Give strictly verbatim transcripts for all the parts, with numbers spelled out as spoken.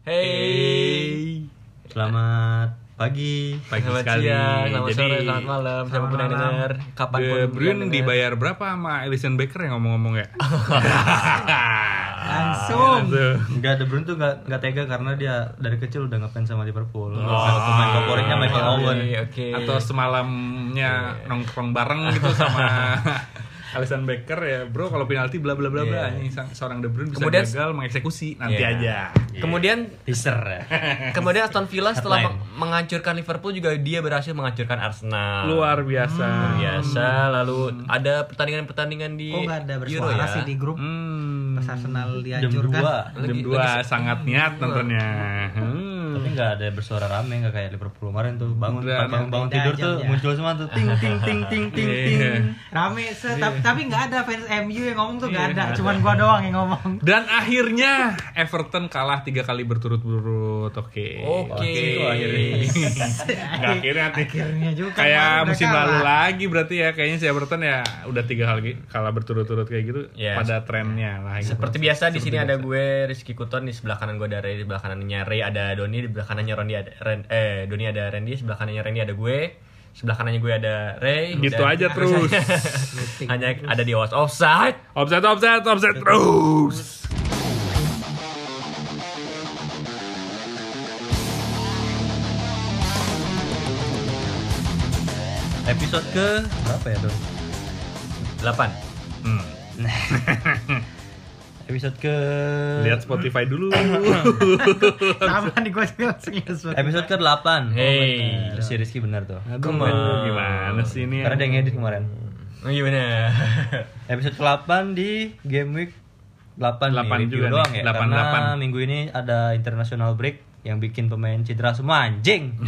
Hey. Selamat pagi, Pagi Selamat sekali. siang, selamat Jadi, sore, selamat malam. Siapapun yang dengar, kapan De Bruyne dibayar berapa sama Alisson Becker yang ngomong-ngomong ya? Langsung. Enggak, De Bruyne tuh enggak enggak tega karena dia dari kecil udah ngefans sama Liverpool. Oh, pemain favoritnya Michael Owen. Oke. Atau semalamnya nongkrong bareng gitu sama Alisson Becker ya, bro. Kalau penalti bla bla bla bla, Iya. ini seorang De Bruyne bisa Kemudian- gagal mengeksekusi nanti Iya. aja. Kemudian Teaser ya. kemudian Aston Villa setelah Headline. meng- menghancurkan Liverpool juga dia berhasil menghancurkan Arsenal. Luar biasa. Luar biasa. Lalu ada pertandingan-pertandingan di Kok nggak ada Euro bersuara ya. sih di grup Hmm. pas Arsenal Jam dihancurkan? dua. Jam Lagi- dua lagi- sangat niat nontonnya. Hmm. Tapi enggak ada bersuara rame enggak kayak Liverpool kemarin tuh. Bangun Udah, bangun, bangun beda tidur tuh jamnya. muncul semua tuh ting ting ting ting ting ting. Iya. Rame, se- tapi, tapi nggak ada fans M U yang ngomong tuh nggak Iya, ada, nggak cuman ada. gua doang yang ngomong. Dan akhirnya Everton kalah tiga kali berturut-turut. Oke. Oke. Itu akhirnya. Nggak akhirnya nanti. Akhirnya juga Kayak kemarin udah musim kalah. lalu lagi berarti ya, kayaknya si Everton ya udah tiga kali kalah berturut-turut kayak gitu. Yes. Pada trennya lah. gitu. Seperti biasa di sini Seperti ada biasa. gue Rizky Kuton, di sebelah kanan gue ada Ray, di sebelah kanannya Ray ada Doni, di sebelah kanannya Rondi ada Ren, eh Doni ada Randy, sebelah kanannya Randy ada gue, sebelah kanannya gue ada Ray. Gitu dan- aja terus. hanya ada di awas offside. Offset, offset, offset terus. Episode ke berapa ya, Don? delapan. Hmm. Episode ke Lihat Spotify dulu. Sama nih gua juga langsung lihat suara. Episode ke delapan. Hey. Si Rizky benar tuh. Aduh, Come on. gimana sih ini? Karena dia ngedit kemarin. Oh gimana? Episode ke delapan di Game Week delapan, delapan nih, review juga doang nih, ya. delapan, Karena delapan. minggu ini ada international break yang bikin pemain cedera semua anjing.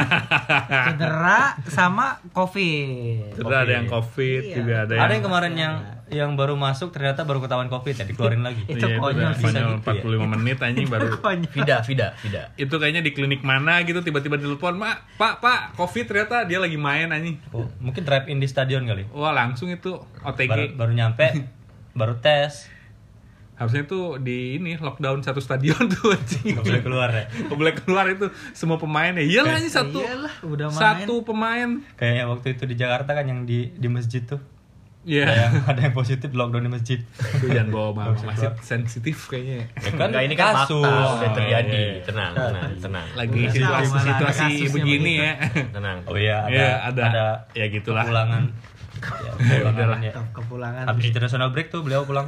Cedera sama Covid. Sudah ada yang COVID, Iya. juga ada yang Ada yang kemarin yang yang baru masuk ternyata baru ketahuan Covid ya dikeluarin lagi. Itu Iya, konyol udah sih, konyol gitu empat puluh lima menit anjing baru. Konyol. Vida, Vida, Vida. Itu kayaknya di klinik mana gitu tiba-tiba ditelepon, "Mak, Pak, Pak, Covid ternyata dia lagi main anjing." Oh, mungkin drive in di stadion kali. Wah, langsung itu O T Baru, G. baru nyampe baru tes. Harusnya tuh di ini lockdown satu stadion tuh anjing. Nggak boleh keluar ya. Nggak boleh keluar itu semua pemain ya. Iyalah ini satu Iyalah, udah main. satu pemain. Kayak waktu itu di Jakarta kan yang di di masjid tuh. Iya. Ada yang ada yang positif lockdown di masjid. Itu jangan bawa mama masih sensitif kayaknya. Ya kan Enggak, ini kan kasus. fakta sudah Oh, terjadi. iya, iya. Tenang, tenang, tenang. Lagi Udah situasi sama lah, situasi kasusnya begini begitu. ya. Tenang. Oh iya, ada, Iya, ada. ada Ya gitulah. kepulangan. Ya, kepulangan ya. Ke- Kepulangan. Habis international break tuh beliau pulang.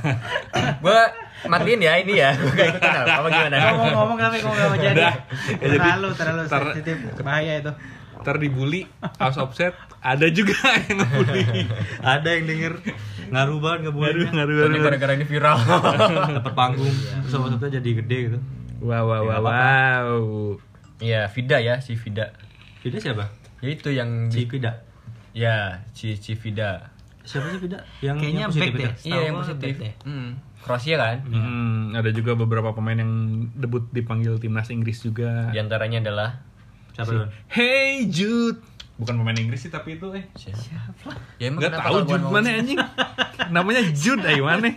Gue matiin ya ini ya. Gue gak ikutan apa, apa gimana? Ngomong-ngomong tapi kok nggak mau jadi. Udah. Ya, jadi, Terlalu terlalu ntar- sensitif, bahaya itu. Ntar dibully, house offset, ada juga yang ngebully. Ada yang denger ngaruh banget Ngaruh, ngebulinya. ngaruh, Ini ngaruh. gara-gara ini viral. Dapat panggung, terus sobat-sobatnya jadi gede gitu. Wow, wow, Ya, wow, apa-apa. wow. Iya, Vida ya, si Vida. Vida siapa? Ya itu yang Si di, Vida. ya, si si Vida. Siapa sih Vida? Yang Kayaknya yang positif back itu? deh. Iya, Setahu yang gua positif. back deh. Hmm. Kroasia kan? Hmm, ada juga beberapa pemain yang debut dipanggil timnas Inggris juga. Di antaranya adalah Siapa Don? Hey Jude, bukan pemain Inggris sih tapi itu eh. siapa? Ya emang Nggak kenapa tahu kalau gua Jude ngomong- mana anjing. Namanya Jude ayo mana?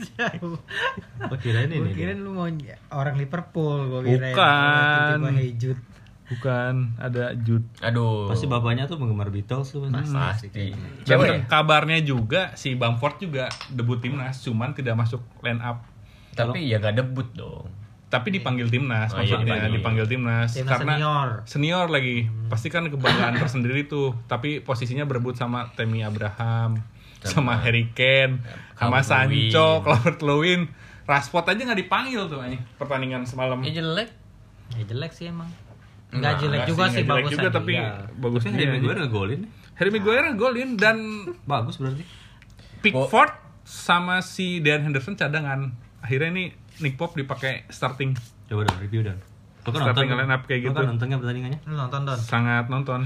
Oh kirain Gue ini. kirain lu mau orang Liverpool, gue kirain. Bukan. Tiba-tiba hey Jude. Bukan, ada Jude. Aduh. Pasti bapaknya tuh penggemar Beatles tuh pasti. pasti. Dan Cewek ya? kabarnya juga si Bamford juga debut timnas, cuman tidak masuk line up. Tapi ya gak debut dong. Tapi dipanggil timnas, Oh, iya, maksudnya dipanggil. dipanggil timnas, Timnas karena senior. senior lagi. Pasti kan kebanggaan tersendiri tuh. Tapi posisinya berebut sama Tammy Abraham, sama, Sama- Harry Kane, sama Calvert-Lewin. Sancho, Calvert-Lewin, Rashford aja nggak dipanggil tuh anjing pertandingan semalam. Ya jelek. Ya jelek sih emang. Enggak, Enggak jelek Enggak juga sih, sih, nggak jelek bagus juga tapi ya. bagus Tapi dia. Harry anjing. Maguire ngegolin. Harry Maguire golin dan Bagus berarti. Pickford sama si Dean Henderson cadangan. Akhirnya ini Nick Pope dipakai starting. Coba dong review dong. Lo kan Starting nonton line up kayak Lo gitu. kan nontonnya pertandingannya? Lu nonton Don. Sangat nonton.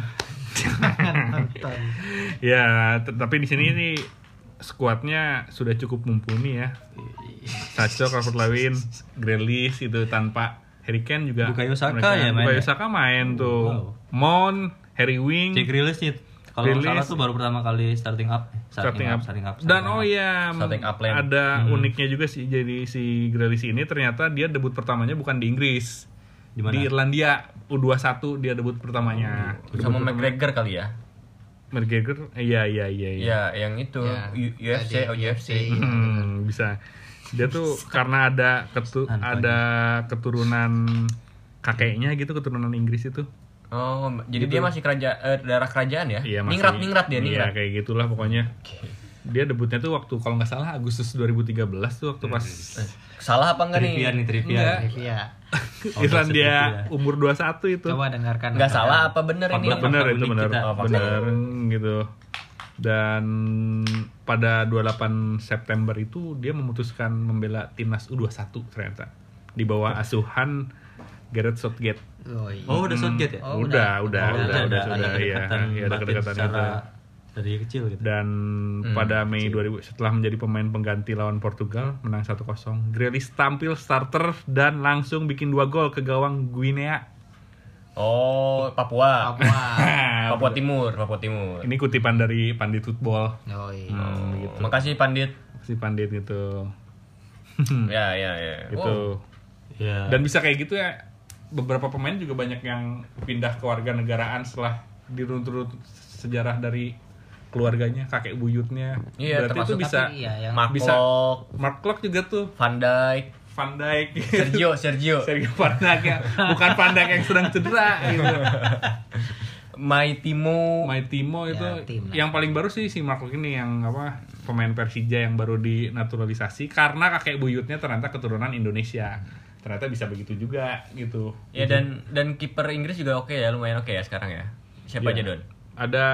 Nonton. Ya, t- tapi di sini nih skuadnya sudah cukup mumpuni ya. Sancho, Calvert-Lewin, Grealish itu tanpa Harry Kane juga. Bukayo Saka mereka- ya main Bukayo ya? Saka main tuh. Wow. Mon, Harry Wing, Jack Grealish nih. Kalau nggak salah Grealish. tuh baru pertama kali starting up. starting up. starting up. Dan starting oh up. iya, Starting up lane. ada Hmm. uniknya juga sih. Jadi si Grealish ini ternyata dia debut pertamanya bukan di Inggris. Di mana? Di Irlandia U dua puluh satu dia debut pertamanya. Oh, sama McGregor kali ya? McGregor, iya iya iya. iya. Ya, yang itu Ya, U- UFC, tadi oh U F C. Hmm, bisa. Dia tuh karena ada ketu ada keturunan kakeknya gitu, keturunan Inggris itu. Oh, jadi dia masih kerajaan eh, darah kerajaan ya? Iya, masih. Ningrat, ningrat dia, Iya, ningrat. kayak gitulah pokoknya. Dia debutnya tuh waktu kalau nggak salah Agustus dua ribu tiga belas tuh waktu pas Eh, Salah apa enggak Trivia nih? nih, trivia. Enggak. Iya. Irlandia umur dua puluh satu itu. Coba dengarkan. Enggak salah apa bener ini? Fakta- Bener fakta itu unik bener, kita. Oh, fakta. bener gitu. Dan pada dua puluh delapan September itu dia memutuskan membela timnas U dua puluh satu ternyata di bawah asuhan Gareth Southgate. Oh, iya. Oh, udah Southgate ya? Oh, udah, udah, Oh, udah, ada, udah, ada, udah, ada iya, kedekatan iya, ada batin kedekatan secara itu. dari kecil gitu. Dan Hmm, pada Mei dua ribu setelah menjadi pemain pengganti lawan Portugal menang satu kosong, Grealish tampil starter dan langsung bikin dua gol ke gawang Guinea. Oh, Papua. Papua. Papua Timur, Papua Timur. Ini kutipan dari Pandit Football. Oh, iya. Hmm, gitu. Makasih Pandit. Si Pandit gitu. Ya, ya, ya. Gitu. Oh, Ya. Dan bisa kayak gitu ya. Beberapa pemain juga banyak yang pindah ke warga negaraan setelah dirunut sejarah dari keluarganya, kakek buyutnya. Iya, Berarti itu termasuk bisa Tapi iya, yang Mark bisa- Klok, Mark Klok juga tuh, Van Dijk, Van Dijk, Sergio, Sergio. Sergio Van Dijk ya, bukan Van Dijk yang sedang cedera gitu. Mai Timo. My Timo itu Ya, tim lah. yang paling baru sih si Mark Klok ini yang apa pemain Persija yang baru dinaturalisasi karena kakek buyutnya ternyata keturunan Indonesia. Ternyata bisa begitu juga gitu. Ya dan dan kiper Inggris juga oke ya, lumayan oke ya sekarang ya. Siapa Iya. aja, Don? Ada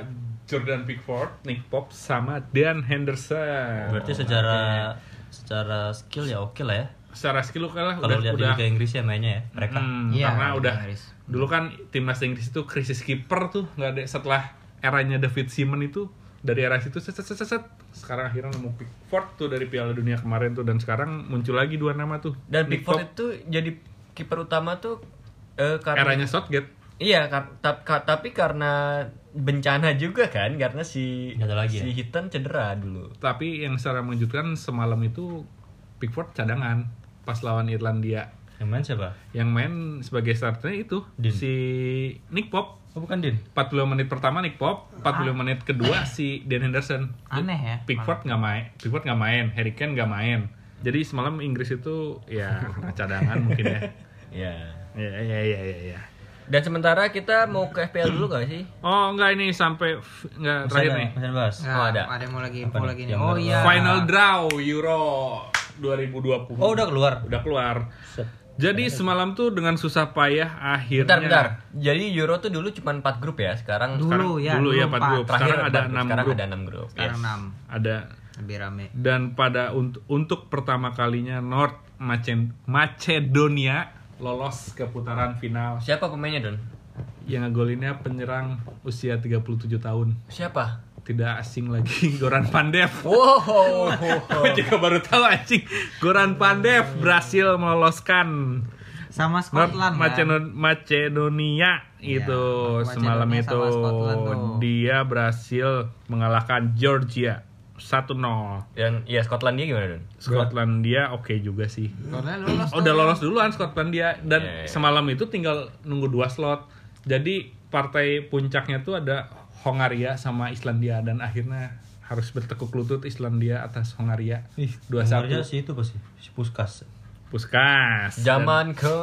Jordan Pickford, Nick Pope sama Dan Henderson. Berarti secara secara skill ya oke lah ya. Secara skill oke lah Kalau udah lihat di udah Liga Inggris ya mainnya ya mereka. Hmm, Iya, karena Liga udah Inggris. dulu kan timnas Inggris itu krisis kiper tuh nggak ada setelah eranya David Seaman itu dari era situ set, set, set, set, set. Sekarang akhirnya nemu Pickford tuh dari Piala Dunia kemarin tuh dan sekarang muncul lagi dua nama tuh. Dan Nick Pickford Pope, itu jadi kiper utama tuh eh, karena eranya Southgate. Iya, kar- ta- ka- tapi karena bencana juga kan, karena si Nggak ada lagi si ya? Hitan cedera dulu. Tapi yang secara mengejutkan semalam itu Pickford cadangan pas lawan Irlandia. Yang main siapa? Yang main sebagai starternya itu Din. si Nick Pope. Oh bukan Din. empat puluh menit pertama Nick Pope, empat puluh menit kedua si Dan Henderson. Aneh ya. Pickford nggak main, Pickford nggak main, Harry Kane nggak main. Jadi semalam Inggris itu ya karena cadangan mungkin ya. Iya. Ya ya ya ya ya. Dan sementara kita mau ke F P L dulu gak sih? Oh enggak ini sampai f- enggak Masih terakhir ada, nih. masih ada bahas. Nggak, Oh, ada. Ada yang mau lagi info Apa nih? lagi nih. Yang Oh baru- iya. Final draw Euro dua ribu dua puluh. Oh udah keluar. Udah keluar. Jadi semalam tuh dengan susah payah akhirnya. Bentar, bentar. Jadi Euro tuh dulu cuma empat grup ya, sekarang Dulu Sekarang- ya. dulu ya, empat grup. terakhir Sekarang ada empat grup, enam sekarang grup. ada enam grup. Sekarang Yes. enam. Ada Lebih rame. dan pada untuk untuk pertama kalinya North Maced- Macedonia lolos ke putaran final. Siapa pemainnya, Don? Yang ngegolinnya penyerang usia tiga puluh tujuh tahun. Siapa? Tidak asing lagi Goran Pandev. Wow. Aku juga baru tahu anjing. Goran Pandev berhasil meloloskan Sama North Scotland kan? Macedon- Macedonia Iya, itu North semalam Macedonia itu sama Scotland tuh. dia berhasil mengalahkan Georgia satu nol. Yang ya Skotlandia gimana, Don? Skotlandia oke juga sih. Scotland lolos. Oh, tuh. udah lolos duluan Skotlandia dan Iya, iya. semalam itu tinggal nunggu dua slot. Jadi partai puncaknya tuh ada Hongaria sama Islandia dan akhirnya harus bertekuk lutut Islandia atas Hongaria. Ih, dua satu. nomornya si itu pasti si Puskas. Puskas. Zaman ke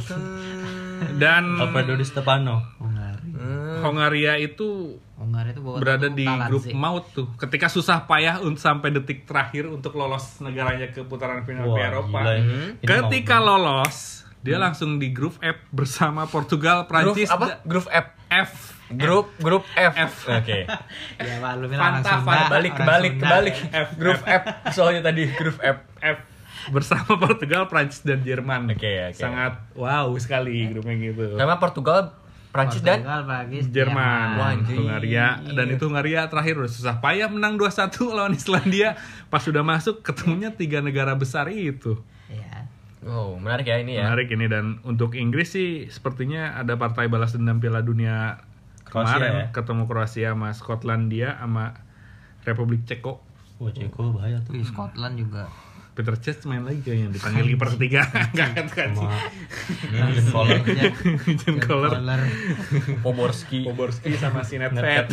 Dan, dan Alfredo Di Stefano. Hongaria. Hongaria itu Hongaria itu bawa berada tuh di Taladze. grup maut tuh. Ketika susah payah untuk sampai detik terakhir untuk lolos negaranya ke putaran final Wah, Piala Eropa. gila ini. Hmm. Ini Ketika mau- lolos, dia langsung di grup F bersama Portugal, grup Prancis, apa? da- Grup F. F. Grup grup F. F. Oke. Ya, Pak, lu bilang orang Fanta, Sunda, Fanta. Balik orang kebalik Sunda. kebalik. F. Grup F. Soalnya tadi grup F. F bersama Portugal, Prancis dan Jerman. Oke, oke. Sangat wow sekali grupnya gitu. Sama Portugal, Prancis dan Portugal, Prancis, Jerman, Wah, anjing. Hungaria, dan itu Hungaria terakhir udah susah payah menang dua satu lawan Islandia. Pas sudah masuk ketemunya tiga negara besar itu. Iya. Oh, menarik ya ini ya. Menarik ini dan untuk Inggris sih sepertinya ada partai balas dendam Piala Dunia Kroasia kemarin ya? ketemu Kroasia sama Skotlandia sama Republik Ceko. Wah, Ceko bahaya tuh. Wih, Scotland juga. Peter Cech main lagi kayaknya dipanggil kiper ketiga. Enggak kan sih. Jurgen Kohler. Jurgen Kohler, Poborski. Poborski sama si Nedved.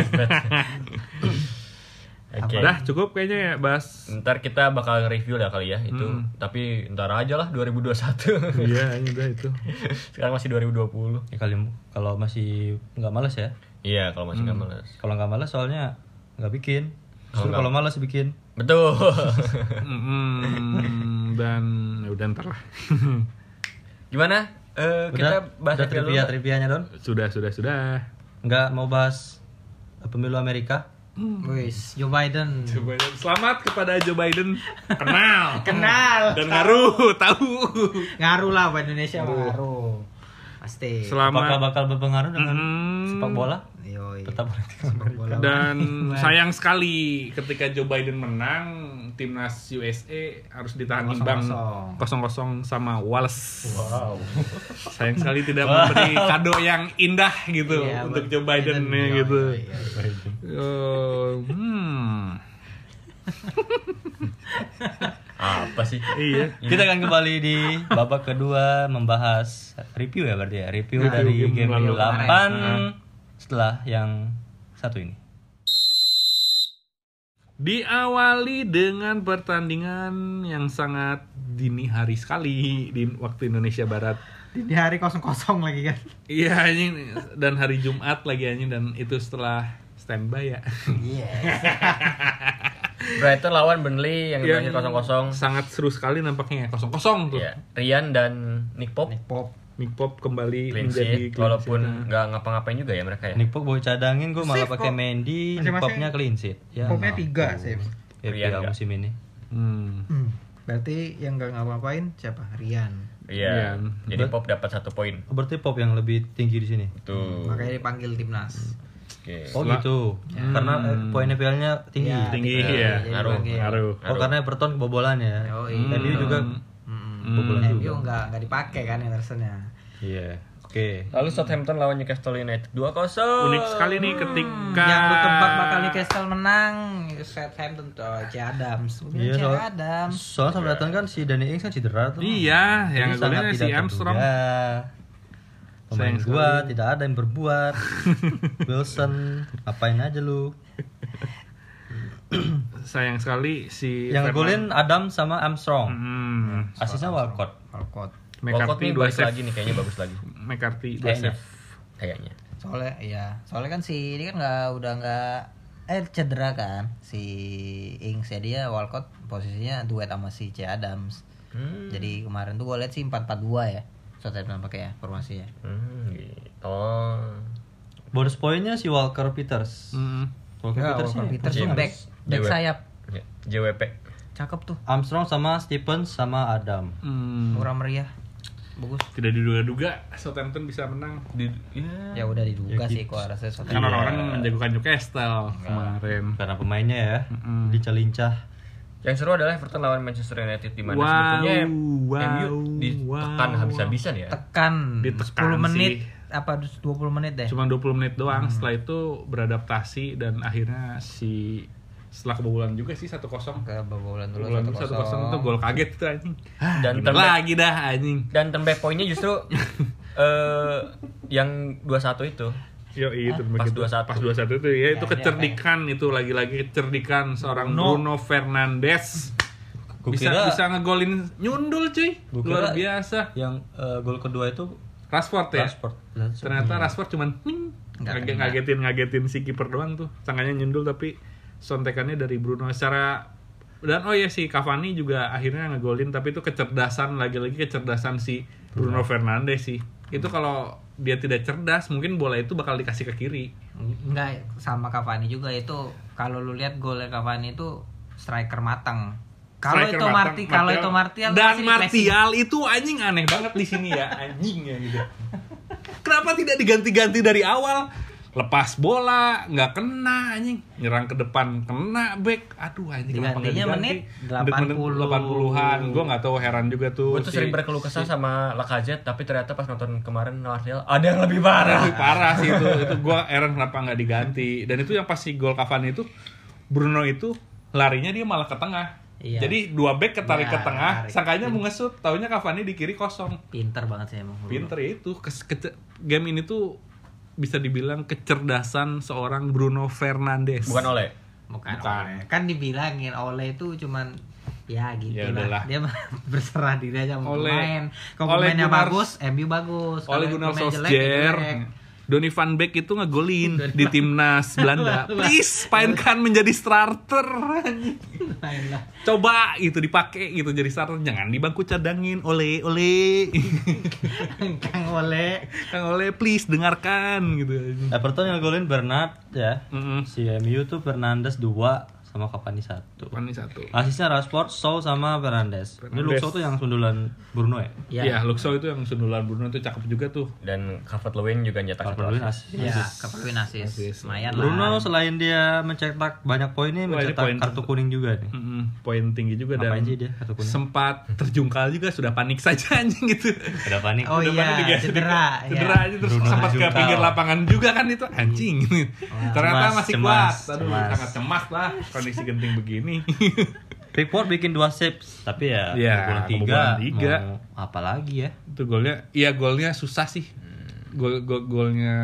Oke. Udah cukup kayaknya ya bahas. Ntar kita bakal review lah kali ya itu. Hmm. Tapi ntar aja lah dua ribu dua puluh satu. Iya, ini udah itu. Sekarang masih dua ribu dua puluh. Ya kali kalau masih nggak malas ya. Iya, kalau masih nggak Hmm. malas. Kalau nggak malas soalnya nggak bikin. Kalau Justru nggak- kalau malas bikin. Betul. Mm, dan ya udah ntar lah. Gimana? Eh, kita Udah, bahas udah trivia dulu trivia nggak? trivianya Don. Sudah, sudah, sudah. Nggak mau bahas pemilu Amerika. Wis, Joe Biden. Joe Biden. Selamat kepada Joe Biden. Kenal. Kenal. Dan ngaruh, tahu. Ngaruh lah buat Indonesia, ngaruh. Pasti. Apakah Selama bakal berpengaruh dengan Mm. sepak bola? Yoi. Peta politik Sepak bola. dan sayang sekali ketika Joe Biden menang, timnas U S A harus ditahan imbang Kosong-kosong. kosong kosong sama Wales. Wow. Sayang sekali tidak memberi kado yang indah gitu Iya, untuk buat Joe Biden nih Iya, gitu. iya, iya. Eh, hmm. Apa sih? Iya. Kita akan kembali di babak kedua membahas review ya berarti ya. Review Review dari game game lalu. delapan Nah. setelah yang satu ini. Diawali dengan pertandingan yang sangat dini hari sekali di waktu Indonesia Barat. Di di hari kosong-kosong lagi kan. Iya anjing, dan hari Jumat lagi anjing, dan itu setelah standby ya. Iya. Brighton lawan Burnley yang Yang berakhir kosong kosong. sangat seru sekali nampaknya, kosong kosong tuh. Ya, Rian dan Nick Pope Nick Pop. Nick Pop kembali clean menjadi sheet walaupun clean sheet. nggak ngapa-ngapain juga ya mereka ya. Nick Pope gue cadangin, gue malah Save pakai kok. Mendy, Nick Masing-masing Pope-nya clean sheet. Ya, Popnya mampus. tiga sih. Ya, Rian tiga nggak? musim ini. Hmm. Hmm. Berarti yang gak ngapa-ngapain siapa? Rian. Iya. Rian. Jadi Pope dapat satu poin. Oh, berarti Pope yang lebih tinggi di sini. Tuh. Makanya dipanggil timnas. Oke. Oh Setelah- gitu. Karena eh, poin F P L-nya tinggi. Ya, Tinggi jadi- ya. jadi Ngaruh, dipanggil. Ngaruh. Oh karena Everton kebobolan ya. Oh, M iya. U juga Hmm. kebobolan M U juga. nggak nggak dipakai kan Anderson-nya. Iya. Oke. Lalu Southampton lawan Newcastle United dua kosong. Unik sekali nih ketika Yang lu tebak bakal Newcastle menang, Southampton tuh C Adams. Iya, C soal- Adams. Soalnya sama datang kan si Danny Ings kan cedera tuh. Iya, Jadi yang sangat golnya si tidak Armstrong. terduga. Pemain Sayang gua sekali. tidak ada yang berbuat. Wilson, apain aja lu? Sayang sekali si Yang golin Adam sama Armstrong. Hmm. Asisnya Walcott. Walcott. Walcott McCarthy nih dua bagus save. lagi nih kayaknya bagus lagi. McCarthy dua Kayaknya. save. Kayaknya. Soalnya iya, soalnya kan si ini kan nggak udah nggak eh cedera kan si Ings ya, dia Walcott posisinya duet sama si C Adams. Hmm. Jadi kemarin tuh gue lihat sih empat empat dua ya. Southampton pakai ya formasinya. Hmm, gitu. Oh. Bonus poinnya si Walker Peters. Hmm. Walker Ya, Peters Walker ini Peters tuh James. back back J W P. sayap. Ya, J W P. Cakep tuh. Armstrong sama Stevens sama Adam. Hmm. Murah meriah. Bagus. Tidak diduga-duga Southampton bisa menang. Di, ya. Ya udah Ya, diduga sih gitu. kok rasanya Kan Southampton. orang-orang menjagokan Newcastle kemarin. Karena pemainnya ya, Mm-mm. lincah-lincah. Yang seru adalah Everton lawan Manchester United di mana Wow, sebetulnya wow, M U ditekan wow. habis-habisan ya. Tekan Ditekan sepuluh menit sih. apa dua puluh menit deh. Cuma dua puluh menit doang, setelah itu beradaptasi dan akhirnya si setelah kebobolan juga sih satu kosong. Kebobolan dulu Kebobolan satu kosong itu gol kaget tuh anjing. Dan Gimana terbaik- lagi dah anjing. Dan turn poinnya justru eh yang dua satu itu. Yo itu Pas begitu. dua satu. Pas dua satu itu ya, itu Ya, kecerdikan itu lagi-lagi kecerdikan seorang Bruno. Bruno Fernandes. Gua Bisa kira- bisa ngegolin nyundul cuy. Gua Luar kira- biasa. Yang eh, gol kedua itu Rashford ya. Rashford. Ternyata Rashford cuman hmm, Nggak ngage- kena. ngagetin ngagetin si kiper doang tuh. Tangannya nyundul tapi sontekannya dari Bruno secara. Dan oh ya si Cavani juga akhirnya ngegolin, tapi itu kecerdasan, lagi-lagi kecerdasan si Bruno Fernandes sih. Itu kalau dia tidak cerdas mungkin bola itu bakal dikasih ke kiri. Enggak, sama Cavani juga itu. Kalau lu lihat golnya Cavani itu striker matang. Kalau Striker itu matang, Marti, kalau itu Martial dan pasti di pressing. Martial itu anjing aneh banget di sini ya, anjing ya gitu. Kenapa tidak diganti-ganti dari awal? Lepas bola nggak kena anjing, nyerang ke depan kena back. Aduh anjing kenapa nggak Digantinya diganti? menit delapan puluh. delapan puluhan. Gua nggak tahu, heran juga tuh. Gue tuh si- sering berkeluh kesah sama Lacazette, tapi ternyata pas nonton kemarin Martial ada yang lebih parah. Lebih parah sih itu. Itu gua heran kenapa nggak diganti. Dan itu yang pas si gol Cavani itu Bruno itu larinya dia malah ke tengah. Iya. Jadi dua back ketarik Ya, ke tengah, tarik. sangkanya mau nge-shoot, taunya Cavani di kiri kosong. Pinter banget sih emang. Pinter ya itu. Kes- kece- game ini tuh bisa dibilang kecerdasan seorang Bruno Fernandes. Bukan Ole. Bukan. Bukan. Ole. Kan dibilangin Ole itu cuman ya gitu Ya udahlah. lah. Dia mah berserah diri aja mau Ole- main. Kalau Ole pemainnya Gunnar- bagus, M U bagus. Ole Kalau Gunnar pemain jelek, Solskjaer, jelek. Donny van Beek itu ngegolin di timnas Belanda. Please, mainkan menjadi starter. Main lah. Coba gitu dipakai gitu jadi starter, jangan di bangku cadangin. Ole ole. Kang Ole. Kang Ole please dengarkan gitu. Everton yang golin Bernard ya. Mm-mm. Si M U tuh Fernandes dua sama Cavani satu. Cavani satu. Asisnya Rashford, Shaw sama Fernandes. Ini Fernandes. Luxo tuh yang sundulan Bruno ya. Ya. Iya, Luxo itu yang sundulan Bruno itu cakep juga tuh. Dan Calvert-Lewin juga nyetak satu Calvert-Lewin assist. asis. Ya, Keperluan asis. Asis. Lumayan Bruno lah. selain dia mencetak banyak poin nih, Wah, ini mencetak poin kartu kuning juga nih. Mm-mm, poin tinggi juga Ngapain dan sih dia kartu kuning? sempat terjungkal juga, sudah panik saja anjing gitu. Udah panik. Oh Udah iya, panik digas- cedera. cedera ya. aja terus Bruno sempat ke terjungkal. pinggir lapangan juga kan itu anjing. Ternyata Cemas, masih cemas, kuat. Aduh, cemas. sangat cemas lah kondisi genting begini. Pickford bikin dua saves, tapi ya, Ya, kebobolan tiga, kebobolan tiga. mau apa lagi ya? Itu golnya, iya golnya susah sih. Gol, gol golnya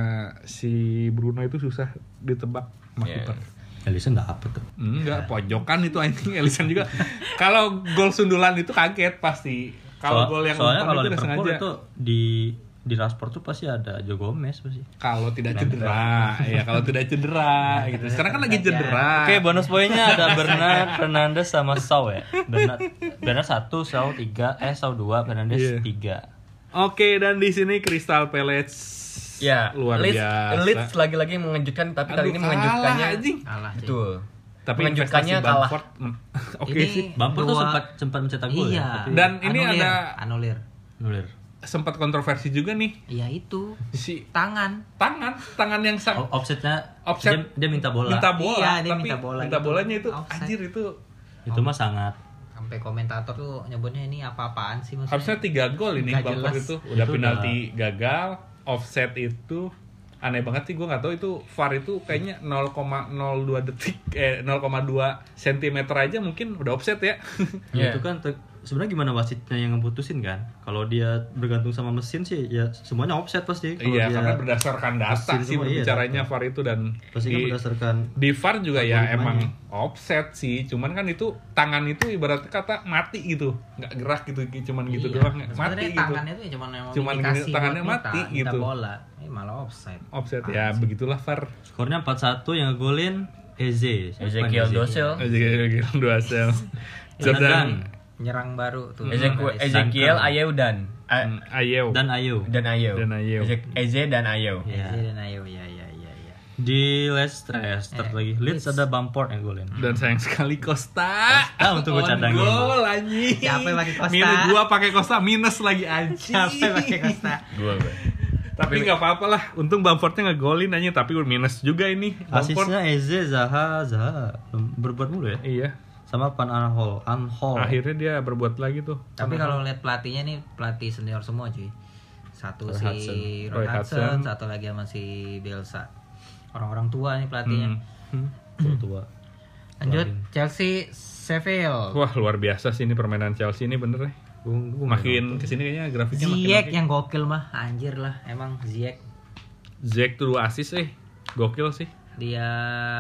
si Bruno itu susah ditebak sama Iya. kiper. Alisson dapet tuh. Enggak, pojokan itu anjing. Alisson juga. Kalau gol sundulan itu kaget pasti. Kalau Soal- gol yang soalnya umpan kalau itu udah Liverpool sengaja. itu di di Rashford tuh pasti ada Joe Gomez pasti. Kalau tidak cedera, ya kalau tidak cedera gitu. Sekarang kan lagi cedera. Oke, bonus poinnya ada Bernard, Fernandes sama Shaw ya. Bernard, Bernard satu, Shaw tiga, eh Shaw dua, Fernandes Iya. tiga. Oke, dan di sini Crystal Palace Ya, luar Leeds, biasa. Leeds lagi-lagi mengejutkan, tapi kali Aduh, ini mengejutkannya kalah, anjing. Kalah sih. betul. Tapi mengejutkannya investasi kalah. Bamford, mm, Oke Ini sih. Bamford tuh dua- sempat sempat mencetak gol Iya. ya. Tapi Dan ini Anulir, ada- anulir. nulir. Sempat kontroversi juga nih Iya itu. si Tangan. tangan, tangan yang sang O- Offsetnya Offset. dia, dia minta bola. minta bola, Iya, dia tapi minta bola minta gitu. bolanya itu Offside. anjir itu Itu mah sangat. Sampai komentator tuh nyebutnya ini apa-apaan sih maksudnya. harusnya tiga gol ini Nggak Bamford jelas. itu udah Itu penalti gagal, offset itu aneh banget sih, gue nggak tahu itu V A R itu kayaknya nol koma nol dua detik eh nol koma dua sentimeter aja mungkin udah offset ya. Iya. Ya, itu kan te- sebenarnya gimana wasitnya yang ngeputusin kan? Kalau dia bergantung sama mesin sih ya semuanya offset pasti. Kalau Iya, dia karena berdasarkan data mesin sih semua, iya, berbicaranya data. V A R itu dan pasti kan di, berdasarkan di V A R juga ya algoritmanya. emang offset sih, cuman kan itu tangan itu ibaratnya kata mati gitu, nggak gerak gitu, cuman gitu Iya. doang, mati Sebenarnya gitu. tangannya tuh cuman yang Cuman indikasi gini, tangannya buat mati minta, minta gitu. bola. Ini malah offside. Offset ya begitulah V A R. skornya empat satu yang ngegolin Eze. Siapa yang Ezekiel Eze? Dosel. Ezekiel dua sel. Jordan Jordan Nyerang baru tuh. Ezekiel, Dari Ezekiel Duncan. Ayeudan. A- Hmm, Ayew. dan Ayu. dan Ayew. Dan Ayew. Eze, Eze dan Ayew. Ya. Eze dan Ayew, ya ya ya ya. Di Leicester Eh, lagi. Leeds ada Bamford yang golin. Dan sayang sekali Costa. Costa untuk gua On cadangin. Gol anjing. Siapa yang pakai Costa? Minus gua pakai Costa minus lagi anjing. Siapa yang pakai Costa? Gua gue. Tapi nggak apa-apa lah. Untung Bamfordnya ngegolin anjing, tapi minus juga ini. Bamford. Asisnya Eze, Zaha, Zaha belum berbuat mulu ya. Iya. Sama Van Aanholt, Aanholt. Akhirnya dia berbuat lagi tuh. Tapi kalau lihat pelatihnya nih pelatih senior semua cuy. Satu Roy si Hudson. Roy Roy Hudson, Hudson. satu lagi sama si Bielsa. Orang-orang tua nih pelatihnya. Hmm. Tua tua. Lanjut Chelsea Sheffield. Wah luar biasa sih ini permainan Chelsea ini bener ya. Gua, gua Makin kesini kayaknya grafiknya makin Ziyech makin. yang gokil mah, anjir lah emang Ziyech. Ziyech tuh dua assist eh. Gokil sih. Dia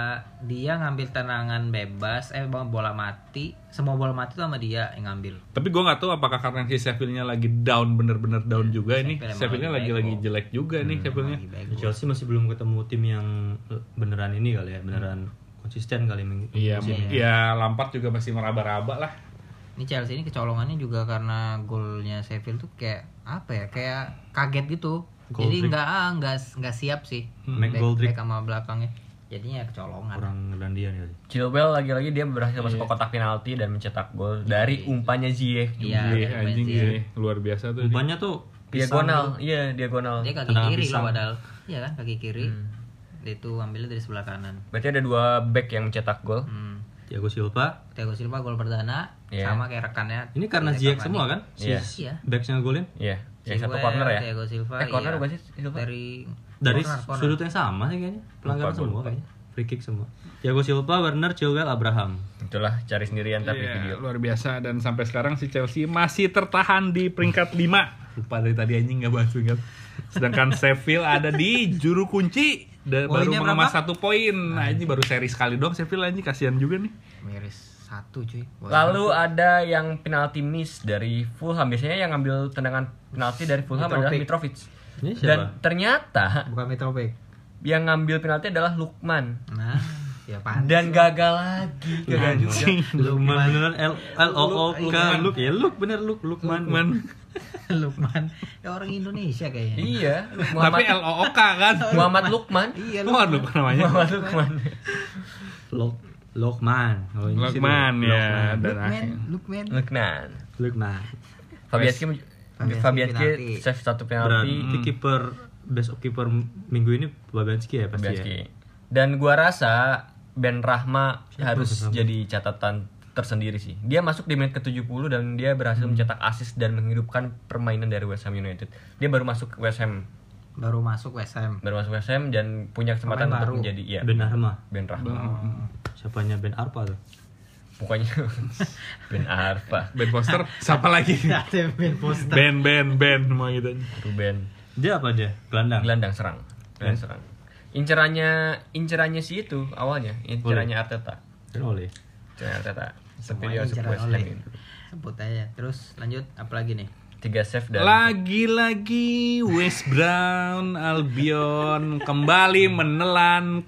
dia ngambil tendangan bebas, eh bola mati, semua bola mati tuh sama dia yang ngambil. Tapi gue nggak tahu apakah karena si Sheffield-nya lagi down bener-bener down juga ini. Sheffield emang Sheffield-nya lagi lagi lagi bego. jelek juga nih Sheffield-nya. Lagi bego. Chelsea masih belum ketemu tim yang beneran ini kali ya, beneran konsisten kali ming- Iya, musim ini. ya Lampard juga masih meraba-raba lah. Ini Chelsea ini kecolongannya juga karena golnya Sheffield tuh kayak apa ya? Kayak kaget gitu. Goal Jadi trick. nggak ah, nggak nggak siap sih. Make Back- goal trick. back sama belakangnya. Jadinya kecolongan. Kurang Irlandia nih kali. Chilwell lagi-lagi dia berhasil masuk ke kotak penalti dan mencetak gol dari umpannya Ziyech. Iya, Iya, dari anjing Benzia. sih. Luar biasa tuh. Umpannya tuh pisang Diagonal, gitu. iya diagonal. Dia kaki Tendangan kiri pisang. loh padahal. Iya kan kaki kiri. Dia tuh ambilnya dari sebelah kanan. Berarti ada dua back yang mencetak gol. Hmm. Thiago Silva. Thiago Silva gol perdana Iya. sama kayak rekannya. Ini karena Alex Ziyech Cavani. semua kan? Si Iya. Iya. backs yang golin Iya, yang satu Chilwell, corner ya. Thiago Silva. Eh, corner iya. bukan sih, Silva? Dari dari corner, corner. sudut yang sama sih kayaknya. Pelanggaran Lupa, gua semua lupa. kayaknya. free kick semua. Thiago Silva, Werner, Chilwell, Abraham. Itulah cari sendirian tapi Iya, video. luar biasa. Dan sampai sekarang si Chelsea masih tertahan di peringkat lima. Lupa dari tadi anjing nggak bahas peringkat. Sedangkan Sheffield ada di juru kunci dan baru Poinnya mengemas berapa? satu poin. Nah, ini baru seri sekali dong Sheffield anjing, kasihan juga nih. Miris satu cuy. Lalu ada yang penalti miss dari Fulham. Biasanya yang ngambil tendangan penalti dari Fulham adalah Mitrovic. Mitrovic. Ini siapa? Dan ternyata bukan Mitrovic. yang ngambil penalti adalah Lukman. Nah, ya pantas. Dan gagal lagi, gagal juga. Lukman beneran L L O O K Luk ya Luk bener Luk Lukman. Man. Lukman. Ya orang Indonesia kayaknya. Iya, Tapi Muhammad L O O K kan. Muhammad Lukman. Iya, Oh, lupa namanya. Muhammad Lukman. Luk Lukman. Oh, ini sih Lukman Luk- ya. Lukman. Dan Lukman, akhir. Lukman. Lukman. Lukman. Fabianski Fabianski Fabianski penalti. save satu penalti. Berarti kiper best of kiper minggu ini Fabianski ya pasti Fabianski. ya. Dan gua rasa Ben Rahma Siapa harus Ben Rahma? jadi catatan tersendiri sih. Dia masuk di menit ke tujuh puluh dan dia berhasil Hmm. mencetak assist dan menghidupkan permainan dari West Ham United. Dia baru masuk West Ham, Baru masuk West Ham. baru masuk West Ham dan punya kesempatan Pemain untuk baru. menjadi ya Ben Arma. Ben Rahma. Siapanya Ben Arpa tuh? Pokoknya Ben Arfa, Ben Foster, siapa lagi? Ada Ben Foster. Ben, Ben, Ben, semua gitu. Ruben. Dia apa dia? Gelandang. Gelandang serang. Gelandang serang. Incerannya incerannya sih itu awalnya, incerannya Arteta. Dan oleh. Incerannya Arteta. Tapi Semuanya dia masuk inceran West Ham oleh. ini. Sebut aja. Terus lanjut apa lagi nih? Tiga save dan Lagi-lagi West Brown Albion kembali menelan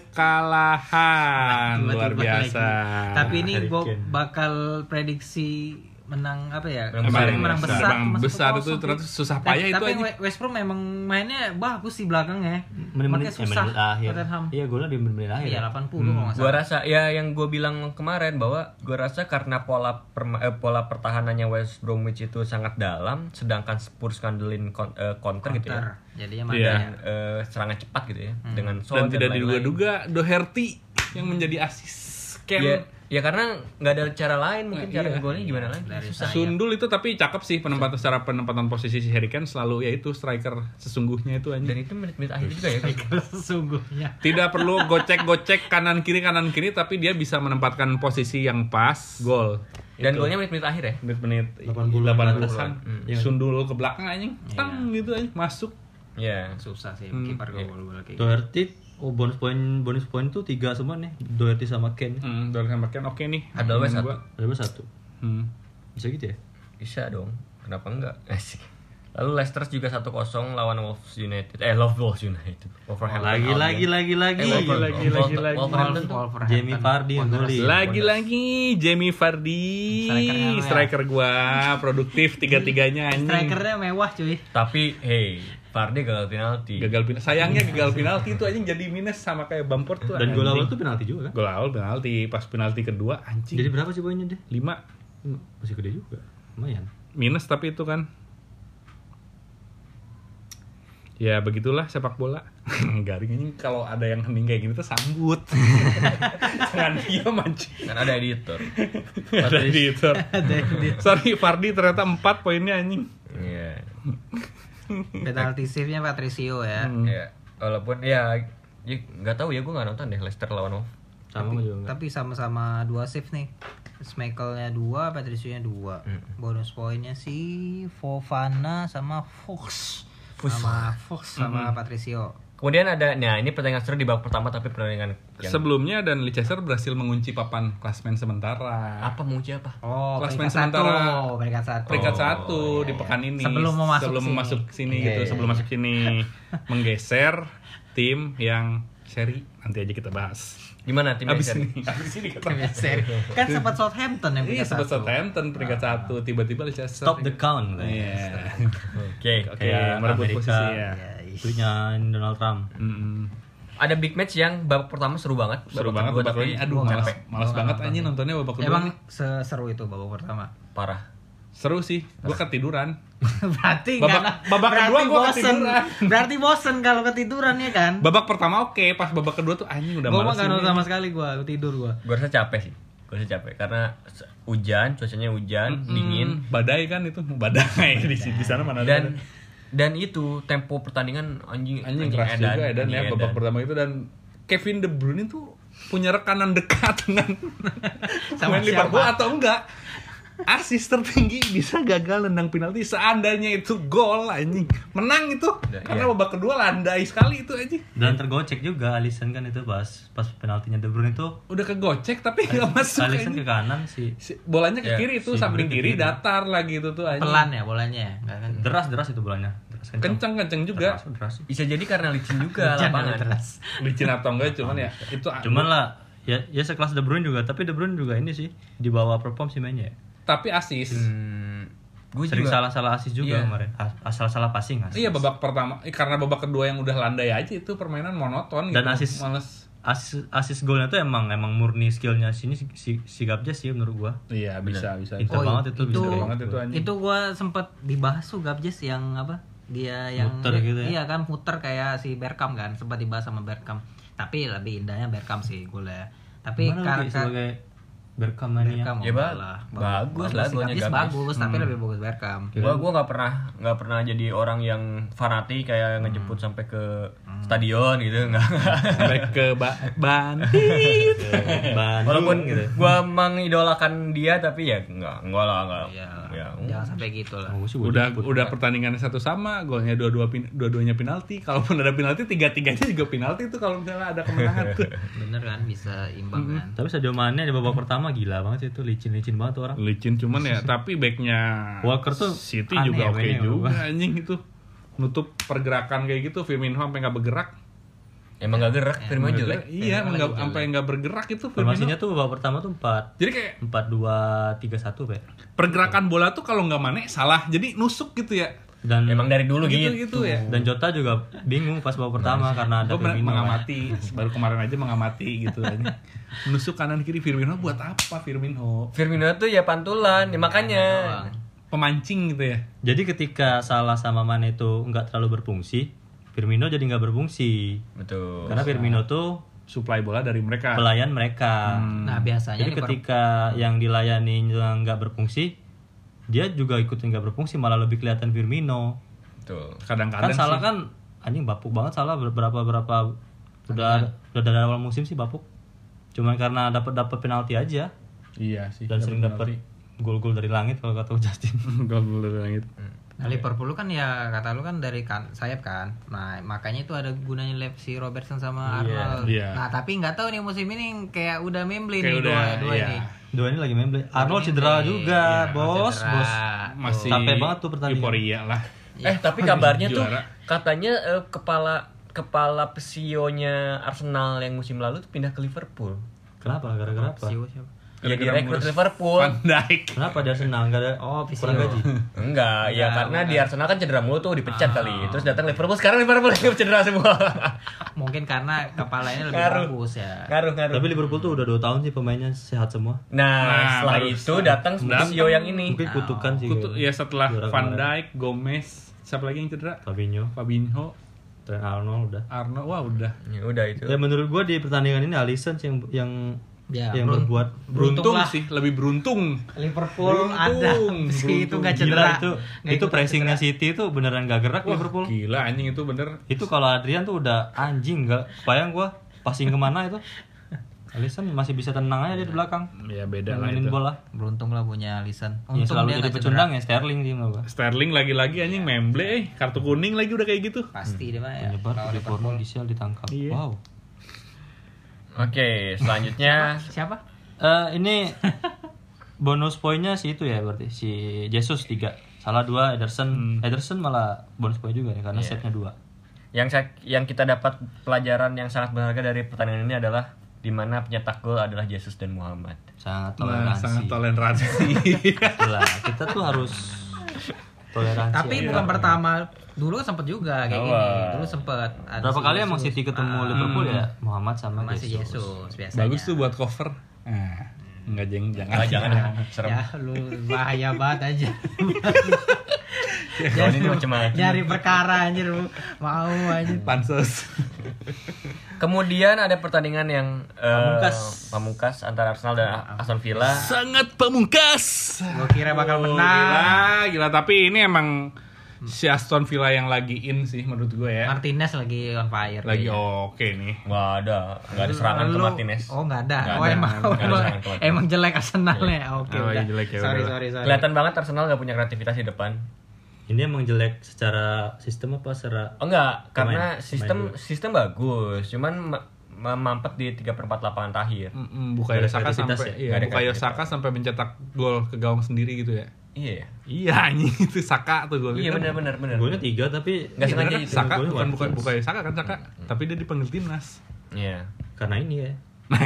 kekalahan. Luar Tiba-tiba biasa. lagi. Tapi ini Harry gue Kane. bakal prediksi menang apa ya? Menang Kemarin besar. menang besar. Menang cuma besar satu itu kosong, ternyata cuy. susah Tapi- payah itu Tapi aja. West Brom memang mainnya bagus sih belakangnya. Menit-menit Makanya eh, susah menit akhir. Tottenham. Iya, golnya di menit akhir. Iya delapan puluh kalau nggak gua salah. rasa ya yang gue bilang kemarin bahwa gua rasa karena pola perma- eh, pola pertahanannya West Bromwich itu sangat dalam, sedangkan Spurs ngandelin kon- eh, counter, gitu ya. Counter. Jadinya mana Iya. ya? Dan eh, serangan cepat gitu ya dengan Son Dan tidak lain-lain. diduga-duga Doherty yang menjadi asis Ken. Ya, ya karena nggak ada cara lain mungkin Nah, cara iya. ngegolnya gimana lagi Dari susah. Sundul itu tapi cakep sih penempatan secara penempatan posisi si Harry Kane selalu yaitu striker sesungguhnya itu Dan anjing. itu menit-menit akhir juga ya. Sesungguhnya. Tidak perlu gocek-gocek kanan kiri kanan kiri tapi dia bisa menempatkan posisi yang pas gol. Dan Itu. golnya menit-menit akhir ya. menit-menit delapan puluh delapan an. puluhan. Iya. Sundul ke belakang anjing. Tang gitu anjing masuk. Iya. Susah sih Hmm, kiper iya. gol-gol kayak gitu. Doherty, oh bonus poin bonus poin tuh tiga semua nih. Doherty sama Kane. Hmm, dari sama Ken oke nih. Ada wes Menurut satu. gua. Ada berapa satu? Hmm. Bisa gitu ya? Bisa dong. Kenapa enggak? Asik. Lalu Leicester juga satu kosong lawan Wolves United. Eh, Love Wolves United. Wolverhampton. Lagi Albion. lagi lagi lagi. Eh, Wolver- lagi, Wolver- lagi, lagi. Wolverhampton tuh. Wolverhampton. Jamie Vardy yang Wanderers. golin. Lagi-lagi Jamie Vardy, Strikernya lu ya. striker gua produktif tiga-tiganya anjing. Strikernya mewah cuy. Tapi hey, Vardy gagal penalti. Gagal penalti. Sayangnya gagal penalti itu anjing jadi minus sama kayak Bamford tuh. Dan gol anjing. awal tuh penalti juga kan? Gol awal penalti, pas penalti kedua anjing. Jadi berapa sih poinnya deh? lima Masih gede juga. Lumayan. minus tapi itu kan. Ya begitulah sepak bola. Garing ini kalau ada yang hening kayak gini tuh sambut. Jangan diam anjing. Kan ada editor. Ada editor. Sorry Vardy ternyata empat poinnya anjing. Iya. Penalti save-nya Patricio ya. Hmm. Ya, walaupun ya ya nggak tahu ya gue nggak nonton deh Leicester lawan Wolves. Sama tapi, juga enggak. tapi sama-sama dua save nih. Schmeichel-nya dua, Patricio-nya dua. Hmm. Bonus poinnya si Fofana sama Fox. Sama Fox sama Patricio. Kemudian ada, nah ini pertandingan seru di babak pertama tapi pertandingan yang Sebelumnya dan Leicester berhasil mengunci papan klasmen sementara. apa mengunci apa? Oh, Klasmen peringkat satu. sementara. Peringkat satu. Peringkat Oh, satu iya, di iya. pekan ini. Sebelum mau masuk sebelum sini. masuk sini Iya, gitu, iya, sebelum iya. masuk sini menggeser tim yang seri nanti aja kita bahas. Gimana tim Abis Leicester? ini, abis ini kita Tim seri. Kan sempat Southampton yang Iya, peringkat sempat satu. Southampton peringkat satu, tiba-tiba Leicester. Stop the count. Iya. Oke. Oke, Kayak merebut Amerika. posisi ya. Iya, iya. Tweetnya Donald Trump. Mm-mm. Ada big match yang babak pertama seru banget. Seru Babak banget kedua babak tapi kedua. Aduh, gua malas, capek. malas Gua banget nggak anjing nontonnya babak kedua. Emang nih. seseru itu babak pertama. Parah. Seru sih. Gua ketiduran. Berarti Babak- nggak- babak berarti kedua gua bosen. ketiduran. Berarti bosen kalau ketiduran ya kan? Babak pertama oke, pas babak kedua tuh anjing udah Gua mah malas. nggak ini. nonton sama sekali gua, gua tidur gua. Gue rasa capek sih. Gue rasa capek karena se- hujan, cuacanya hujan, Mm-mm. dingin Badai kan itu, badai di sini di sana mana ada. dan dan itu tempo pertandingan anjing anjing keras juga Edan ya anjing babak edan. pertama itu dan Kevin De Bruyne itu punya rekanan dekat dengan Sama pemain Liverpool siapa? atau enggak? Asis tertinggi bisa gagal nendang penalti seandainya itu gol anjing. Menang itu. Ya, Karena iya. babak kedua landai sekali itu anjing. Dan tergocek juga Alisson kan itu pas pas penaltinya De Bruyne itu Udah kegocek tapi enggak masuk Alisson ke anjing. kanan sih. Si- Bolanya ke Ya, kiri itu si samping Bruyne ke kiri kiri. datar lagi itu tuh anjing. Pelan ya bolanya ya. Nggak kan. Deras-deras itu bolanya. Deras kencang. Kenceng-kenceng juga. Deras, deras sih. Bisa jadi karena licin juga Jangan lapangan. teras. Licin atau enggak cuman ya itu Cuman lah ya ya sekelas De Bruyne juga, tapi De Bruyne juga ini sih di bawah perform sih mainnya ya. tapi asis. Hmm, gue Sering juga salah-salah asis juga Iya. kemarin. As- Asal-salah passing asis. Iya babak pertama, eh, karena babak kedua yang udah landai aja itu permainan monoton Dan gitu. asis- Males. Asis asis golnya tuh emang emang murni skillnya sini si, si, si Gabjes sih menurut gua. Iya bisa bisa. Pinter Oh, banget itu, itu- bisa banget itu anjing. Itu gua sempet dibahas tuh Gabjes yang apa? Dia yang Muter gitu ya? Iya kan muter kayak si Bergkamp kan, sempat dibahas sama Bergkamp. Tapi lebih indahnya Bergkamp sih gue ya. Tapi Gimana lu, Ki, karena sebagai Bergkamp mania? Bergkamp Ya, oke ba- bagus lah Si golnya Gabjes Gabjes. bagus, tapi lebih bagus Bergkamp. Gua gua nggak pernah nggak pernah jadi orang yang fanatik kayak ngejemput sampai ke stadion gitu nggak. Sampai ke ba Bantit. Bandung Walaupun gitu. gua mengidolakan dia tapi ya nggak nggak lah nggak. Iya. Ya, Jangan sampai gitu lah. Oh, gua sih Udah jemput. udah pertandingannya satu sama, golnya dua-dua pin, dua-duanya penalti. Kalaupun ada penalti tiga-tiganya juga penalti itu kalau misalnya ada kemenangan tuh. Bener kan bisa imbang kan. Tapi Sadio Mane di babak pertama gila banget sih itu, licin-licin banget tuh orang. Licin cuman ya, tapi backnya Walker tuh City aneh juga ya oke mainnya, juga Bang. anjing itu. Nutup pergerakan kayak gitu, Firmino sampai nggak bergerak. emang nggak gerak, Firmino Nggak jelek. gerak. Iya, Firmino nggak lagi sampai nggak bergerak itu Formasinya Firmino. tuh babak pertama tuh empat Jadi kayak empat dua tiga satu Pak. pergerakan bola tuh kalau nggak Mane salah, jadi nusuk gitu ya. Dan Emang dari dulu gitu gitu. gitu ya. dan Jota juga bingung pas babak pertama karena ada Gue Firmino. mengamati, baru kemarin aja mengamati gitu aja. Nusuk kanan kiri Firmino buat apa Firmino? Firmino tuh ya pantulan, ya makanya. Pemancing gitu ya. Jadi ketika Salah sama Mane itu nggak terlalu berfungsi, Firmino jadi nggak berfungsi. Betul. Karena Firmino tuh Supply bola dari mereka. pelayan mereka. Nah, biasanya Jadi nih, ketika yang dilayani yang nggak berfungsi, dia juga ikutin nggak berfungsi, malah lebih kelihatan Firmino. Betul. Kadang-kadang Kan Salah sih. kan anjing bapuk banget Salah berapa berapa udah udah dari awal musim sih bapuk. Cuman karena dapat dapat penalti aja Iya sih. dan sering dapat gol-gol dari langit kalau kata Justin. gol dari langit. Nah, Liverpool kan ya kata lu kan dari kan sayap kan. Nah, makanya itu ada gunanya lab si Robertson sama Iya, Arnold. iya. Nah, tapi nggak tahu nih musim ini kayak udah memble Kayak nih udah, dua dua iya. ini. Dua ini lagi main Arnold cedera juga, Iya, bos, cedera. bos. Masih Capek banget tuh pertandingan. euforia lah. Eh tapi kabarnya tuh Juara. katanya eh, kepala kepala pesionya Arsenal yang musim lalu tuh pindah ke Liverpool. Kenapa? Gara-gara apa? Sio siapa? Ya Gara-gara direkrut ngurus Liverpool. Van Dijk. Kenapa dia senang? Gak ada Oh, kurang Visio. gaji. Enggak, ya karena di Arsenal kan cedera mulu tuh dipecat Ah. kali. Terus datang Liverpool, sekarang Liverpool yang cedera semua. Mungkin karena kepalanya lebih Ngaruh. bagus ya. Ngaruh ngaruh. Tapi Liverpool tuh udah dua tahun sih pemainnya sehat semua. Nah, Nah, setelah baru itu setelah- datang datang Visio yang ini. Mungkin kutukan sih. Kutu, kayaknya. ya setelah Juara Van kemarin. Dijk, Gomez, siapa lagi yang cedera? Fabinho, Fabinho, Trent Arnold udah. Arno, wah udah. Ya udah itu. Ya menurut gua di pertandingan ini Alisson sih yang yang Ya, yang berun- berbuat Beruntung lah. sih, lebih beruntung. Liverpool Beruntung, ada si itu nggak cedera. gila itu Nggak itu ikut pressingnya City itu beneran gak gerak Wah, Liverpool. gila anjing itu bener. Itu kalau Adrian tuh udah anjing nggak bayang gua passing kemana itu. Alisson masih bisa tenang aja di belakang. Ya beda lah Mainin itu. bola. Beruntung lah punya Alisson. Yang Untung selalu dia jadi nggak pecundang ya Sterling sih menurut gua. Sterling lagi-lagi anjing memble eh kartu kuning lagi udah kayak gitu. Pasti dia mah ya. Penyebar Lawan di Liverpool. corner Gisel ditangkap. Iya. Wow. Oke, selanjutnya Siapa? Eh ini bonus poinnya sih itu ya berarti si Jesus tiga, Salah dua, Ederson Ederson malah bonus poin juga ya karena Iya. setnya dua. yang saya, yang kita dapat pelajaran yang sangat berharga dari pertandingan ini adalah di mana pencetak gol adalah Jesus dan Muhammad. Sangat Nah, toleransi. sangat toleransi. Itulah, kita tuh harus toleransi. Tapi ya. bukan pertama. Dulu sempet juga kayak gini. Awal. Dulu sempet ada Berapa si kali emang Jesus. City ketemu Ah, Liverpool ya Muhammad sama masih Jesus. Yesus biasanya. Bagus tuh buat cover. Nah, enggak jeng jangan. Ah, jangan serem. Ya lu bahaya banget aja. Kawan ini macam-macam. Nyari perkara anjir lu. Mau anjir. Pansos. Kemudian ada pertandingan yang eh, Pamungkas. pamungkas antara Arsenal dan Aston Villa. Sangat pamungkas. Gua kira bakal Oh, menang. Gila, gila tapi ini emang si Aston Villa yang lagi in sih menurut gue ya. Martinez lagi on fire. Lagi kayaknya. oke nih. Nggak ada, nggak ada serangan ke Lu- Martinez. Oh nggak ada. Nggak oh ada. emang Nggak ada emang, serangan ke Martinez. emang jelek Arsenalnya. Oke Oh, udah. iya, jelek ya, sorry udah. sorry sorry. Kelihatan banget Arsenal nggak punya kreativitas di depan. Ini emang jelek secara sistem apa secara Oh enggak, karena Pemain. sistem Pemain dulu. sistem bagus, cuman ma- ma- mampet di tiga per empat lapangan terakhir. Mm-mm, Bukayo Nggak ada Saka kreativitas sampai ya? iya, Nggak ada Bukayo kreativitas. Saka sampai mencetak gol ke gawang sendiri gitu ya. Iya. Iya anjing itu Saka tuh gol. Iya benar benar benar. golnya tiga tapi Nggak sengaja itu. Saka Golnya bukan bukan Watkins. Bukayo Saka kan Saka, tapi dia dipanggil timnas. Iya. karena ini ya.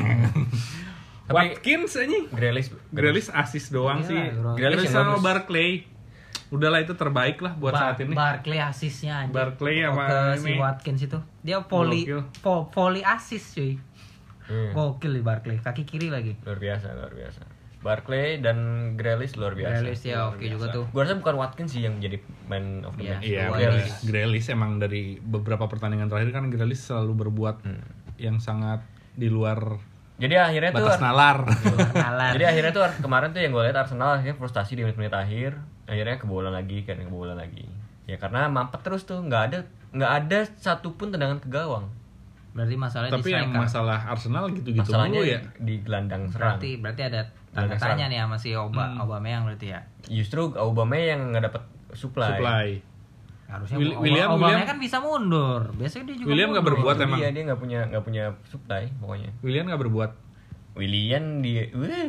Tapi- Watkins anjing. Grealish Grealish assist doang Iya, sih. bro. Grealish Grealish yang sama bagus. Barkley. Udahlah itu terbaik lah buat Bar- saat ini. Barkley asisnya anjing. Barkley Oh, sama ke si ini. Watkins itu. Dia volley Gokil. vo- volley assist cuy. Hmm. Gokil di Barkley, kaki kiri lagi. luar biasa, luar biasa. Barkley dan Grealish luar biasa. Grealish ya Luar oke biasa. juga tuh. Gua rasa bukan Watkins sih yang jadi man of the Iya. match. Iya, Dua Grealish. ini. Grealish emang dari beberapa pertandingan terakhir kan Grealish selalu berbuat yang sangat di luar Jadi akhirnya tuh batas nalar. Nalar. Jadi akhirnya tuh kemarin tuh yang gue lihat Arsenal akhirnya frustasi di menit-menit akhir, akhirnya kebobolan lagi kan kebobolan lagi. Ya karena mampet terus tuh, nggak ada nggak ada satupun tendangan ke gawang. Berarti masalahnya Tapi di yang striker. masalah Arsenal gitu-gitu Masalahnya mulu ya. di gelandang serang. Berarti berarti ada Gelandang tanda tanya serang. nih sama si Oba, Aubameyang berarti ya. Justru Aubameyang yang nggak dapet supply. Supply. Harusnya Willi- Oba- William- Aubameyang William- kan bisa mundur. Biasanya dia juga William nggak mundur. berbuat Itu emang. Dia dia nggak punya nggak punya supply pokoknya. William nggak berbuat. Willian dia, wih,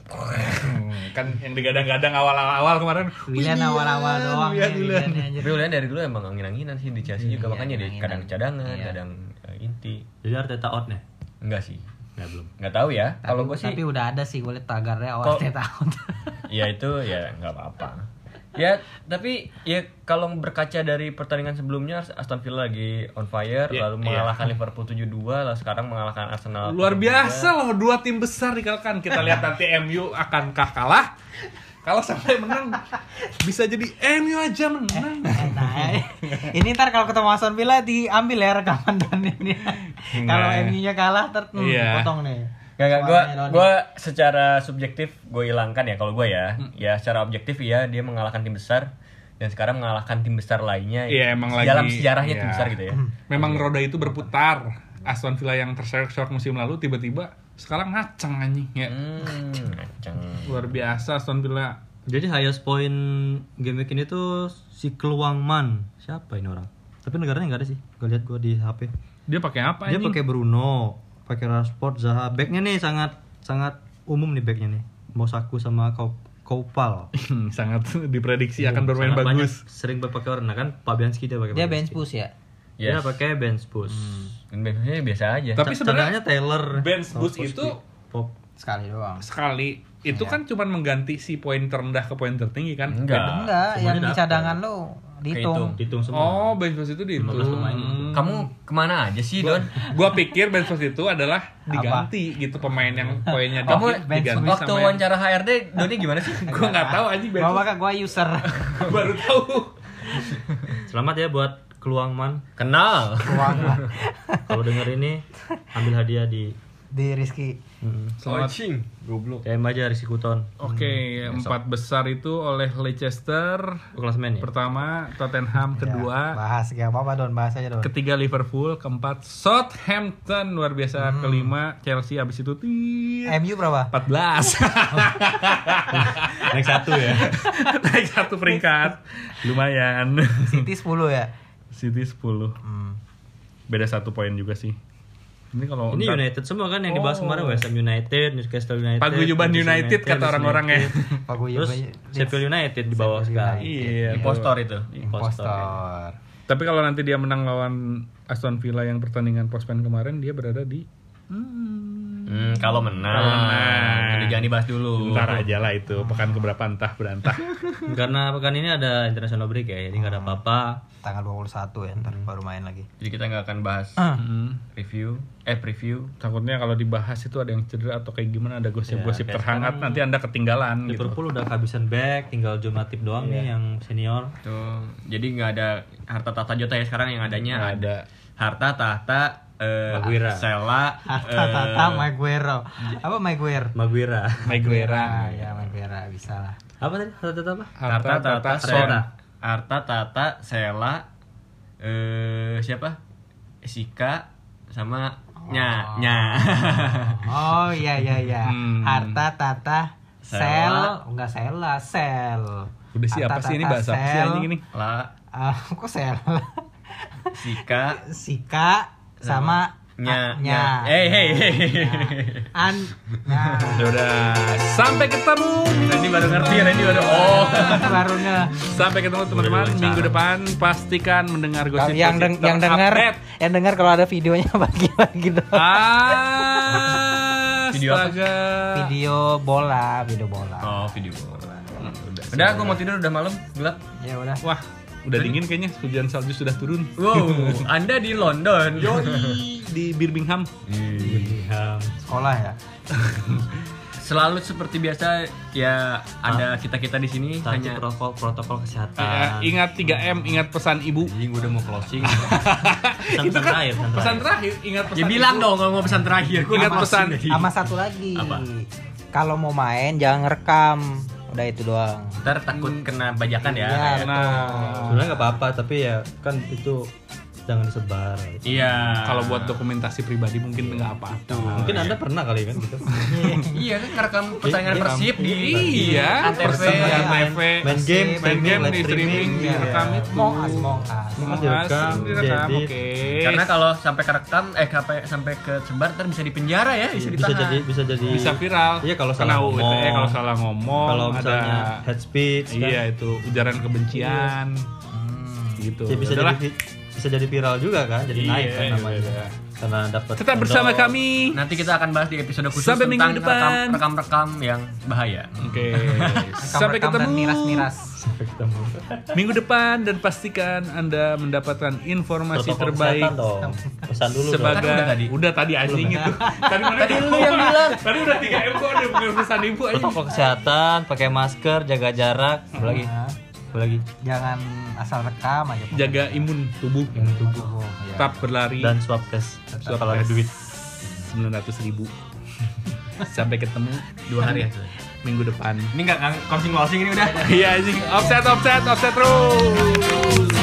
Kan yang digadang-gadang awal-awal kemarin. William awal-awal doang William, ya, William. William ya, anjir. tapi Willian dari dulu emang angin-anginan sih di Chelsea juga, Iya, makanya dia angin-anginan. kadang cadangan, Iya. kadang eh, inti. Jadi Arteta out nih. Enggak sih, Ya belum. nggak tahu ya. Tapi, Kalau gue sih, tapi udah ada sih gue liat tagarnya Kok- awal tahun. ya itu ya nggak apa-apa. Ya tapi ya kalau berkaca dari pertandingan sebelumnya Aston Villa lagi on fire, Iya, lalu iya. mengalahkan Liverpool tujuh dua, lalu sekarang mengalahkan Arsenal. Luar tujuh dua. biasa loh, dua tim besar dikalahkan. Kita lihat nanti M U akankah kalah. Kalau sampai menang bisa jadi M U aja menang. Nah, ini ntar kalau ketemu Aston Villa diambil ya rekaman dan ini. Kalau Nah. M U-nya kalah ter hmm, Iya. potong nih. Gak, gak, gue Suaranya Doni. gue secara subjektif gue hilangkan ya kalau gue ya, ya secara objektif ya dia mengalahkan tim besar dan sekarang mengalahkan tim besar lainnya. Iya, emang lagi- dalam sejarahnya tim iya. besar gitu ya. Memang roda itu berputar. Aston Villa yang terseok-seok musim lalu tiba-tiba sekarang ngaceng anjing ya. Hmm, ngaceng. Luar biasa Aston Villa. Jadi highest point game week ini tuh si Keluangman. Siapa ini orang? Tapi negaranya nggak ada sih. Gue lihat gue di H P. Dia pakai apa Dia anjing? pakai Bruno, pakai Rashford, Zaha. Backnya nih sangat sangat umum nih backnya nih. Mosaku sama Kau Koupal. Sangat diprediksi akan bermain Sangat banyak, bagus. sering pakai orang. Nah kan Fabianski dia pakai. Dia bench Fabianski. push ya. Dia Yes. pakai bench push. Dan biasanya biasa aja. Tapi Ca- sebenarnya cadangannya Taylor. bench sama boost Posti. itu Pop. Sekali doang. sekali itu kan cuma mengganti si poin terendah ke poin tertinggi kan? Enggak. Enggak, yang semuanya di dapet. cadangan lo dihitung. Dihitung semua. Oh, bench boost itu dihitung. lima belas pemain. Hmm. Kamu kemana aja sih Don? Gua pikir bench boost itu adalah diganti gitu pemain yang poinnya Kamu dikit diganti waktu sama yang- wawancara H R D Doni gimana sih? Gua nggak tahu anjing bench Gua boost. bakal gua user. Baru tahu. Selamat ya buat Keluangman. Kenal. Uang lah. Kalau denger ini ambil hadiah di Di Rizky. hmm, Selamat. Goblok. D M aja Rizky Kuton. Oke, empat besar itu oleh Leicester Klasemen ya. pertama, Tottenham kedua, Bahas gak apa-apa Don, bahas aja Don. ketiga Liverpool, keempat Southampton luar biasa, kelima Chelsea, abis itu tit, M U berapa? empat belas. Naik satu ya. Naik satu peringkat. Lumayan. City sepuluh ya. City sepuluh. Hmm. Beda satu poin juga sih. Ini kalau Ini ntar- United semua kan yang dibahas Oh. kemarin, West Ham United, Newcastle United, Paguyuban Manchester United kata Leeds orang-orang ya. United. Paguyuban Terus United. Sheffield United di bawah Sheffield sekarang. United. Iya. Impostor itu. Impostor. Tapi kalau nanti dia menang lawan Aston Villa yang pertandingan postpen kemarin, dia berada di Hmm, kalau menang. Kalau menang. Jadi jangan dibahas dulu. Ntar aja lah itu, pekan keberapa entah berantah. Karena pekan ini ada international break ya, jadi nggak ada apa-apa. Tanggal dua puluh satu ya, ntar baru main lagi. Jadi kita nggak akan bahas Hmm. review, eh preview. Takutnya kalau dibahas itu ada yang cedera atau kayak gimana, ada gosip-gosip Ya, kayak terhangat, sekarang nanti Anda ketinggalan gitu. Liverpool udah kehabisan back, tinggal John Matip doang nih yang senior. Tuh. Jadi nggak ada harta tahta Jota ya sekarang, yang adanya Nggak ada. harta tahta eh Maguire. Sela Harta eh, Tata Maguire. Apa Maguire? Maguira. Maguire. Ah, ya Maguire bisa lah. Apa tadi? Harta apa? Harta, Harta, Tata, Tata, Son. Arteta. Arta, Tata, Sela, eh siapa? Sika sama Nya, Nya. Oh iya iya iya. Hmm. Harta, Tata, Sel, Sela. enggak Sela, Sel. Udah sih apa Harta, sih ini Tata, bahasa apa sih Sel. anjing ini? La, Ah, kok Sel? Sika, Sika sama Nya, ah, Nya. Hey, hey, hey. An, Nya. Ya udah, sampai ketemu. Randy baru ngerti, Randy baru oh. Barunya. Sampai ketemu teman-teman Udah minggu diwawancara. depan. Pastikan mendengar Kalau gosip yang deng yang dengar yang dengar kalau ada videonya bagi-bagi dong. Ah, Video apa? astaga. Video bola, video bola. Oh, video bola. Udah, udah aku mau tidur, udah malam, gelap. Ya udah. Wah, udah dingin kayaknya. Hujan salju sudah turun. Wow, Anda di London. Yoi, di Birmingham. Sekolah ya. Selalu seperti biasa ya ada kita-kita di sini Taati hanya protokol protokol Eh, kesehatan. ingat tiga M, ingat pesan ibu. Anjing udah mau closing. Itu Pesan kan terakhir, pesan pesan terakhir. terakhir. Ingat pesan ya bilang ibu. dong kalau mau pesan terakhir. Gua Ingat nggak pesan. masuk tadi. Sama satu lagi. Apa? Kalau mau main jangan ngerekam. Udah itu doang. Ntar takut kena bajakan ya. Iya. Nah, Sebenarnya nggak apa-apa tapi ya kan itu jangan disebar. Iya. kalau buat dokumentasi pribadi mungkin nggak apa-apa. Mungkin Anda pernah kali kan gitu. Iya kan ngerekam pertandingan Iya, Persib di Iya, Antv. Persib di Ya, Antv. Main game, main game live di streaming, streaming, direkam iya. itu. Among Us, Among Us. Mas Mas, direkam, direkam, jadi oke. Karena kalau sampai kerekam eh sampai sampai ke sebar ntar bisa dipenjara ya, bisa bisa ditahan. jadi bisa jadi bisa viral. Iya, kalau Kena salah U I T E, ngomong. kalau salah ngomong, kalau misalnya ada head speech kan, iya itu ujaran kebencian gitu. ya bisa Yaudahlah. jadi bisa jadi viral juga kan, jadi Iya, naik kan iya, namanya. iya. Karena dapat Tetap bersama endorse. kami. Nanti kita akan bahas di episode khusus Sampai tentang minggu depan. rekam- rekam-rekam yang bahaya. Oke. Sampai Rekam-rekam dan ketemu miras-miras. Sampai ketemu. minggu depan dan pastikan Anda mendapatkan informasi Protokol terbaik kesehatan dong. Pesan dulu dong. sebagai Kan udah tadi. udah tadi anjing itu. Tadi mana Tadi lu yang bilang. Tadi udah tiga M kok ada pesan ibu anjing. Protokol kesehatan, pakai masker, jaga jarak, apa lagi? Nah, Apa lagi? jangan asal rekam aja. pokoknya. Jaga imun tubuh. tubuh. Ya. Tetap berlari. Dan swab test. Swab Kalau ada test. duit. sembilan ratus ribu. Sampai ketemu Dua hari ya. minggu depan. Ini enggak closing-closing ini udah. Iya anjing. Offset offset offset terus.